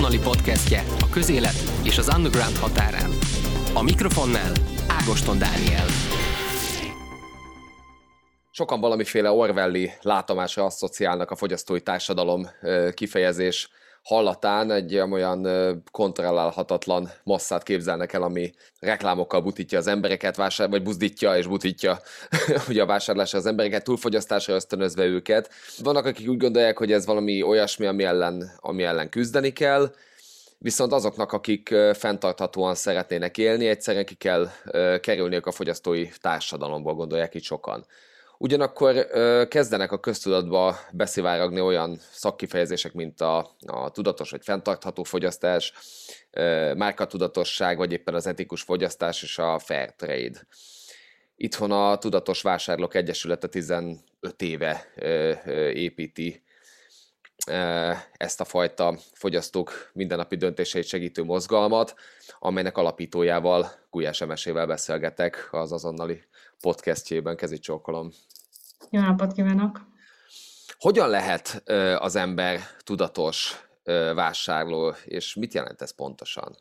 azonnali podcastje a közélet és az underground határán. A mikrofonnál Ágoston Dániel. Sokan valamiféle orwelli látomásra asszociálnak a fogyasztói társadalom kifejezés hallatán, egy olyan kontrollálhatatlan masszát képzelnek el, ami reklámokkal butítja az embereket, vagy buzdítja és butítja ugye a vásárlásra az embereket, túlfogyasztásra ösztönözve őket. Vannak, akik úgy gondolják, hogy ez valami olyasmi, ami ellen küzdeni kell, viszont azoknak, akik fenntarthatóan szeretnének élni, egyszerűen ki kell kerülniük a fogyasztói társadalomból, gondolják itt sokan. Ugyanakkor kezdenek a köztudatba beszivárogni olyan szakkifejezések, mint a tudatos vagy fenntartható fogyasztás, márkatudatosság, vagy éppen az etikus fogyasztás és a fair trade. Itthon a Tudatos Vásárlók Egyesülete 15 éve építi ezt a fajta fogyasztók mindennapi döntéseit segítő mozgalmat, amelynek alapítójával, Gulyás Emesével beszélgetek az azonnali podcastjében. Kezit csókolom. Jó napot kívánok! Hogyan lehet az ember tudatos vásárló, és mit jelent ez pontosan?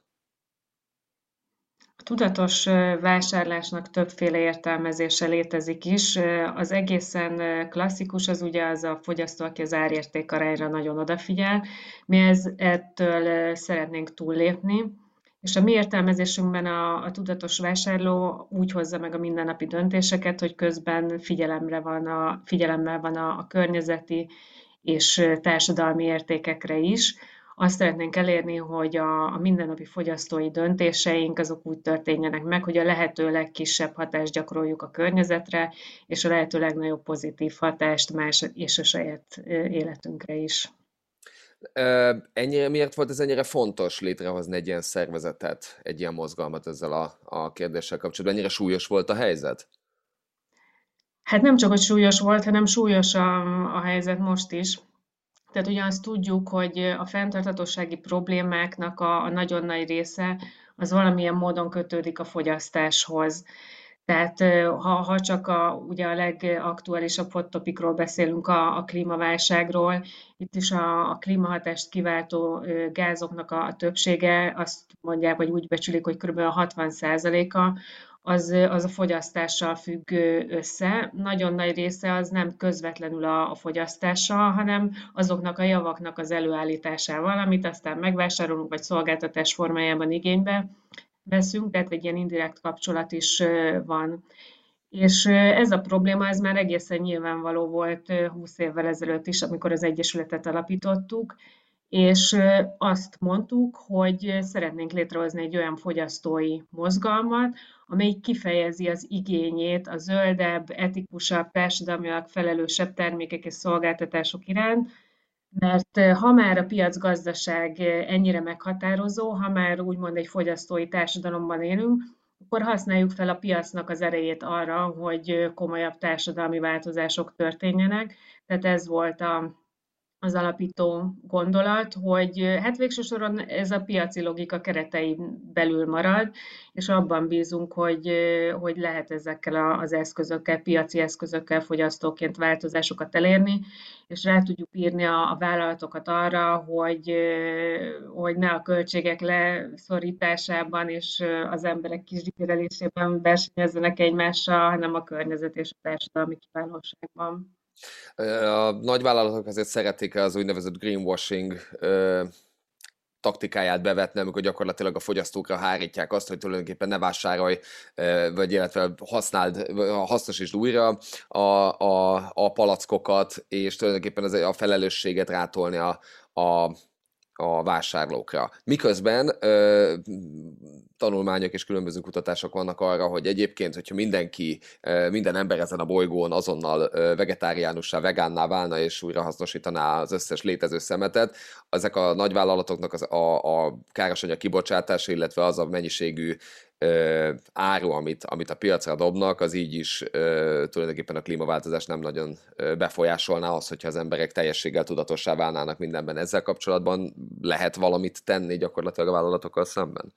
A tudatos vásárlásnak többféle értelmezése létezik is. Az egészen klasszikus az ugye az a fogyasztó, aki az árértékarányra nagyon odafigyel. Mi ettől szeretnénk túllépni, és a mi értelmezésünkben a tudatos vásárló úgy hozza meg a mindennapi döntéseket, hogy közben figyelemmel van a környezeti és társadalmi értékekre is. Azt szeretnénk elérni, hogy a mindennapi fogyasztói döntéseink azok úgy történjenek meg, hogy a lehető legkisebb hatást gyakoroljuk a környezetre, és a lehető legnagyobb pozitív hatást más és a saját életünkre is. Miért volt ez ennyire fontos létrehozni egy ilyen szervezetet, egy ilyen mozgalmat ezzel a kérdéssel kapcsolatban? Ennyire súlyos volt a helyzet? Hát nem csak, hogy súlyos volt, hanem súlyos a helyzet most is. Tehát ugye azt tudjuk, hogy a fenntarthatósági problémáknak a nagyon nagy része az valamilyen módon kötődik a fogyasztáshoz. Tehát ha csak ugye a legaktuálisabb hot topicról beszélünk, a klímaválságról, itt is a klímahatást kiváltó gázoknak a többsége, azt mondják, vagy úgy becsülik, hogy kb. 60%-a az a fogyasztással függ össze. Nagyon nagy része az nem közvetlenül a fogyasztással, hanem azoknak a javaknak az előállításával, amit aztán megvásárolunk, vagy szolgáltatás formájában igénybe veszünk, tehát egy ilyen indirekt kapcsolat is van. És ez a probléma, ez már egészen nyilvánvaló volt 20 évvel ezelőtt is, amikor az Egyesületet alapítottuk, és azt mondtuk, hogy szeretnénk létrehozni egy olyan fogyasztói mozgalmat, amely kifejezi az igényét a zöldebb, etikusabb, társadalmilag felelősebb termékek és szolgáltatások iránt, mert ha már a piacgazdaság ennyire meghatározó, ha már úgymond egy fogyasztói társadalomban élünk, akkor használjuk fel a piacnak az erejét arra, hogy komolyabb társadalmi változások történjenek. Tehát ez volt az alapító gondolat, hogy hát végső soron ez a piaci logika keretein belül marad, és abban bízunk, hogy lehet ezekkel az eszközökkel, piaci eszközökkel fogyasztóként változásokat elérni, és rá tudjuk írni a vállalatokat arra, hogy ne a költségek leszorításában és az emberek kizsíkérelésében versenyezzenek egymással, hanem a környezet és a társadalmi kiválóságban. A nagyvállalatok azért szeretik az úgynevezett greenwashing taktikáját bevetni, amikor gyakorlatilag a fogyasztókra hárítják azt, hogy tulajdonképpen ne vásárolj, vagy illetve hasznosítsd újra a palackokat, és tulajdonképpen a felelősséget rátolni a vásárlókra. Miközben tanulmányok és különböző kutatások vannak arra, hogy egyébként, hogyha minden ember ezen a bolygón azonnal vegetáriánussá, vegánná válna és újra hasznosítaná az összes létező szemetet, ezek a nagyvállalatoknak a károsanyag kibocsátása, illetve az a mennyiségű áru, amit a piacra dobnak, az így is tulajdonképpen a klímaváltozás nem nagyon befolyásolná az, hogyha az emberek teljességgel tudatossá válnának mindenben. Ezzel kapcsolatban lehet valamit tenni gyakorlatilag a vállalatokkal szemben?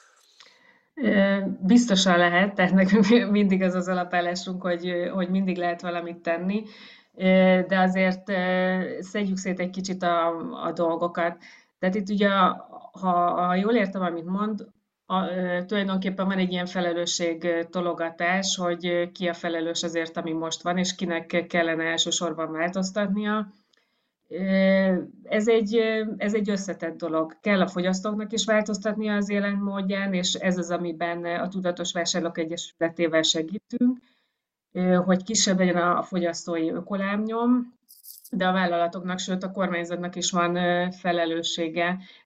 Biztosan lehet, tehát nekünk mindig az alapállásunk, hogy mindig lehet valamit tenni, de azért szedjük szét egy kicsit a dolgokat. Tehát itt ugye, ha jól értem, amit mond, tulajdonképpen van egy ilyen felelősség-tologatás, hogy ki a felelős azért, ami most van, és kinek kellene elsősorban változtatnia. Ez egy összetett dolog. Kell a fogyasztóknak is változtatnia az életmódján, és ez az, amiben a Tudatos Vásárlók Egyesületével segítünk, hogy kisebb legyen a fogyasztói ökolábnyom, de a vállalatoknak, sőt a kormányzatnak is van felelőssége